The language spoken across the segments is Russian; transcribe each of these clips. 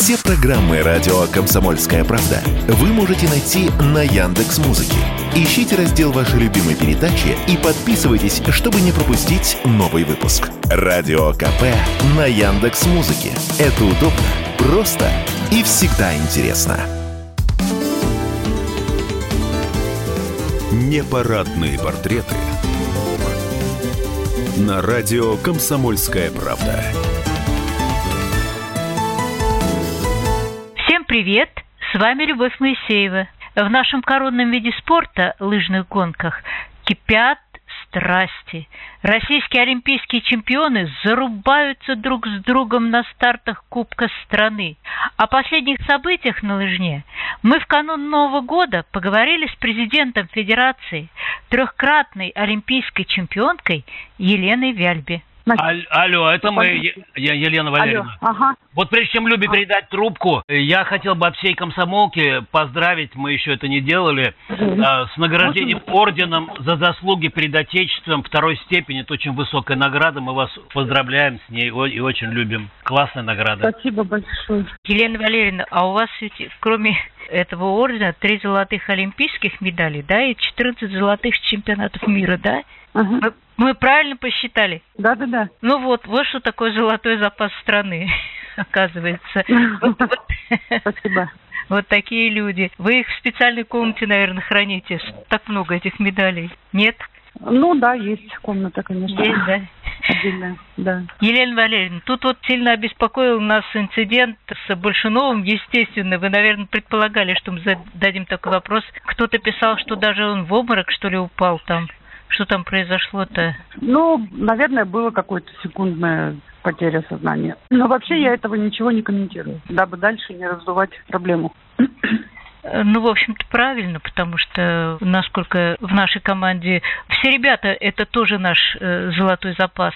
Все программы радио «Комсомольская правда» вы можете найти на Яндекс.Музыке. Ищите раздел вашей любимой передачи и подписывайтесь, чтобы не пропустить новый выпуск. Радио КП на Яндекс.Музыке. Это удобно, просто и всегда интересно. Непарадные портреты на радио «Комсомольская правда». Всем привет! С вами Любовь Моисеева. В нашем коронном виде спорта, лыжных гонках, кипят страсти. Российские олимпийские чемпионы зарубаются друг с другом на стартах Кубка страны. О последних событиях на лыжне мы в канун Нового года поговорили с президентом Федерации, трехкратной олимпийской чемпионкой Еленой Вяльбе. Алло, это мы, Елена Валерьевна. Алло, ага. Вот прежде чем Любе передать трубку, я хотел бы от всей комсомолки поздравить, мы еще это не делали, с награждением орденом за заслуги перед Отечеством второй степени. Это очень высокая награда, мы вас поздравляем с ней и очень любим. Классная награда. Спасибо большое. Елена Валерьевна, а у вас ведь кроме этого ордена 3 золотых олимпийских медалей, да, и 14 золотых чемпионатов мира, да? Ага. Мы правильно посчитали? Да. Ну вот что такое золотой запас страны, оказывается. Спасибо. Вот такие люди. Вы их в специальной комнате, наверное, храните. Так много этих медалей. Нет? Ну да, есть комната, конечно. Есть, да? Отдельная, да. Елена Валерьевна, тут вот сильно обеспокоил нас инцидент с Большуновым, естественно. Вы, наверное, предполагали, что мы зададим такой вопрос. Кто-то писал, что даже он в обморок, что ли, упал там. Что там произошло-то? Ну, наверное, было какое-то секундное потеря сознания. Но вообще я этого ничего не комментирую, дабы дальше не раздувать проблему. Ну, в общем-то, правильно, потому что, насколько в нашей команде все ребята, это тоже наш золотой запас,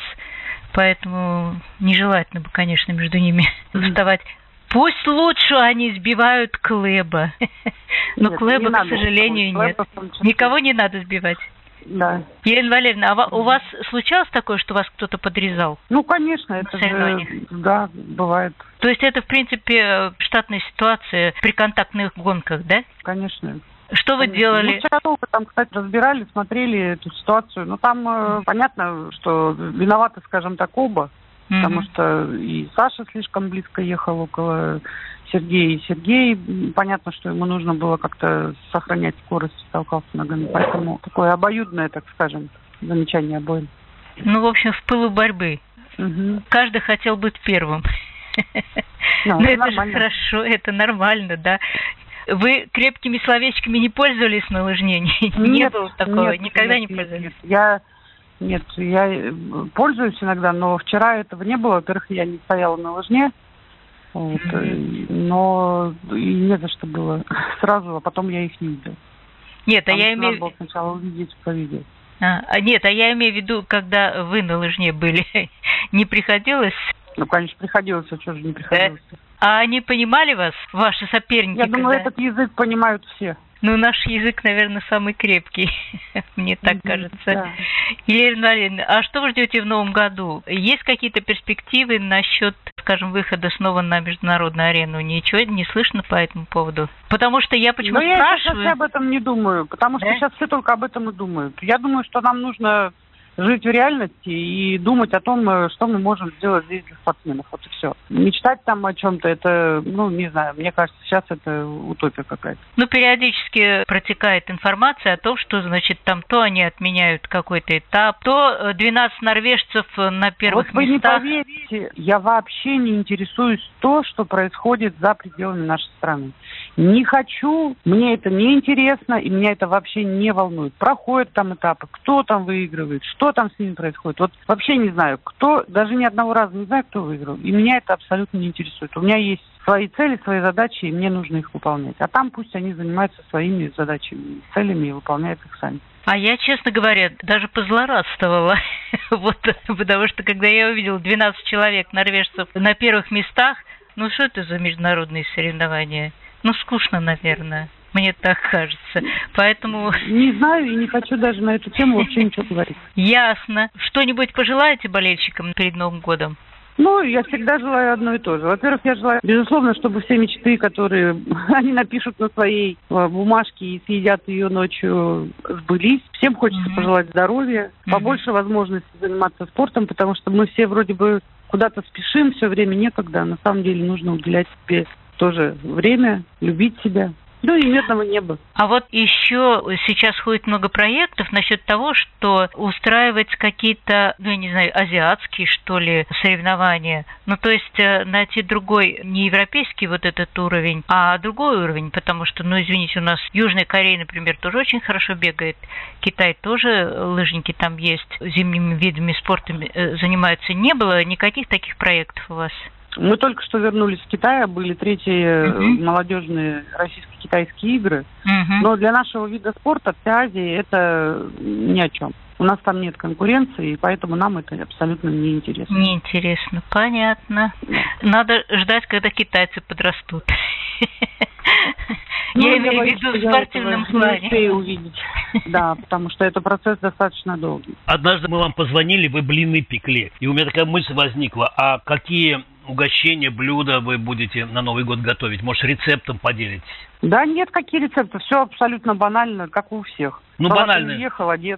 поэтому нежелательно бы, конечно, между ними вставать. Пусть лучше они сбивают Клэба, но Клэба, к сожалению, нет. Никого не надо сбивать. Да. Елена Валерьевна, а у вас случалось такое, что вас кто-то подрезал? Ну, конечно, это же, да, бывает. То есть это, в принципе, штатная ситуация при контактных гонках, да? Конечно. Что вы делали? Мы вчера долго там, кстати, разбирали, смотрели эту ситуацию. Но там понятно, что виноваты, скажем так, оба. Потому что и Саша слишком близко ехал около Сергея. И Сергей, понятно, что ему нужно было как-то сохранять скорость, толкался ногами. Поэтому такое обоюдное, так скажем, замечание обоим. Ну, в общем, в пылу борьбы. Каждый хотел быть первым. Но это же хорошо, это нормально, да. Вы крепкими словечками не пользовались на лыжне? Не было такого? Никогда не пользовались? Нет, я пользуюсь иногда, но вчера этого не было. Во-первых, я не стояла на лыжне, вот, но и не за что было сразу, а потом я их не видела. Нет, я имею в виду... сначала увидеть по видео. Нет, я имею в виду, когда вы на лыжне были, не приходилось? Ну, конечно, приходилось, а что же не приходилось? А они понимали вас, ваши соперники? Я думаю, этот язык понимают все. Ну, наш язык, наверное, самый крепкий, мне так кажется. Да. Елена Валерьевна, а что вы ждете в новом году? Есть какие-то перспективы насчет, скажем, выхода снова на международную арену? Ничего не слышно по этому поводу? Потому что я почему спрашиваю... я сейчас об этом не думаю, потому что сейчас все только об этом и думают. Я думаю, что нам нужно жить в реальности и думать о том, что мы можем сделать здесь для спортсменов. Вот и все. Мечтать там о чем-то, это, не знаю, мне кажется, сейчас это утопия какая-то. Ну, периодически протекает информация о том, что, значит, там то они отменяют какой-то этап, то 12 норвежцев на первых местах. Вот вы не поверите, я вообще не интересуюсь то, что происходит за пределами нашей страны. Не хочу, мне это не интересно, и меня это вообще не волнует. Проходят там этапы, кто там выигрывает, что там с ними происходит. Вот вообще не знаю, кто, даже ни одного раза не знаю, кто выиграл. И меня это абсолютно не интересует. У меня есть свои цели, свои задачи, и мне нужно их выполнять. А там пусть они занимаются своими задачами, целями и выполняют их сами. А я, честно говоря, даже позлорадствовала. Вот, потому что, когда я увидела 12 человек, норвежцев, на первых местах, что это за международные соревнования? Скучно, наверное. Мне так кажется. Поэтому... Не знаю и не хочу даже на эту тему вообще ничего говорить. Ясно. Что-нибудь пожелаете болельщикам перед Новым годом? Ну, я всегда желаю одно и то же. Во-первых, я желаю, безусловно, чтобы все мечты, которые они напишут на своей бумажке и съедят ее ночью, сбылись. Всем хочется пожелать здоровья, побольше возможностей заниматься спортом, потому что мы все вроде бы куда-то спешим, все время некогда. На самом деле нужно уделять себе тоже время, любить себя. Ну и мирного неба. А вот еще сейчас ходит много проектов насчет того, что устраивать какие-то, ну, я не знаю, азиатские, что ли, соревнования. Ну, то есть найти другой, не европейский вот этот уровень, а другой уровень, потому что, ну, извините, у нас Южная Корея, например, тоже очень хорошо бегает. Китай тоже, лыжники там есть, зимними видами спорта занимаются. Не было никаких таких проектов у вас? Мы только что вернулись с Китая, были третьи молодежные российско-китайские игры. Но для нашего вида спорта вся Азия это ни о чем. У нас там нет конкуренции, и поэтому нам это абсолютно неинтересно. Неинтересно, понятно. Надо ждать, когда китайцы подрастут. Я имею в виду в спортивном плане. Не успею увидеть. Да, потому что это процесс достаточно долгий. Однажды мы вам позвонили, вы блины пекли. И у меня такая мысль возникла. А какие угощения, блюда вы будете на Новый год готовить? Может, рецептом поделитесь? Да нет, какие рецепты? Все абсолютно банально, как у всех. Ну, банально. Оливье, холодец.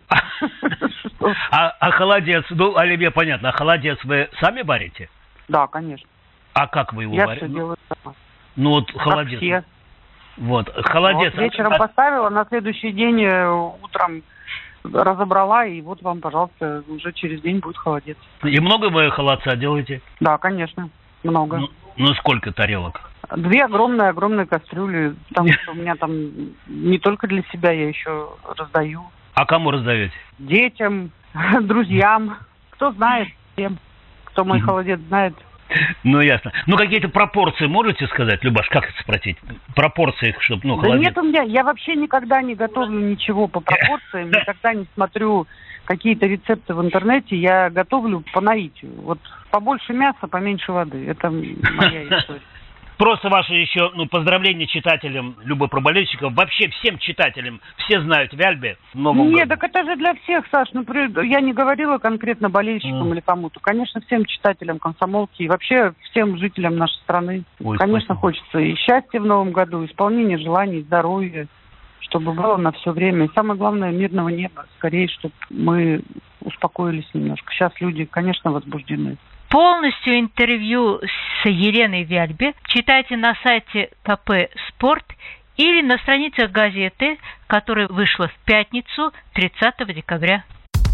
А холодец, ну, оливье, понятно. А холодец вы сами варите? Да, конечно. А как вы его Я варите? все делаю сама. Ну, вот холодец. Как все. Вот, холодец. Вот, вечером поставила, на следующий день утром разобрала, и вот вам, пожалуйста, уже через день будет холодец. И много вы холодца делаете? Да, конечно, много. Ну сколько тарелок? 2 огромные кастрюли, потому что у меня там не только для себя, я еще раздаю. А кому раздаете? Детям, друзьям, кто знает, всем, кто мой холодец знает. Ну, ясно. Ну, какие-то пропорции можете сказать, Любаш, как это спросить? Пропорции, чтобы, ну, холодец. Да нет у меня, я вообще никогда не готовлю ничего по пропорциям, никогда не смотрю какие-то рецепты в интернете, я готовлю по наитию. Вот побольше мяса, поменьше воды. Это моя история. Просто ваши еще, поздравления читателям Любопроболельщиков, вообще всем читателям, все знают Вяльбе в Новом году. Нет, так это же для всех, Саш, я не говорила конкретно болельщикам или кому-то. Конечно, всем читателям комсомолки и вообще всем жителям нашей страны. Ой, конечно, спасибо. Хочется и счастья в Новом году, исполнения желаний, здоровья, чтобы было на все время. И самое главное, мирного неба. Скорее, чтобы мы успокоились немножко. Сейчас люди, конечно, возбуждены. Полностью интервью с Еленой Вяльбе читайте на сайте КП «Спорт» или на страницах газеты, которая вышла в пятницу 30 декабря.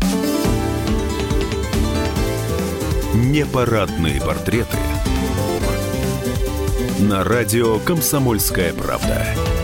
Непарадные портреты на радио «Комсомольская правда».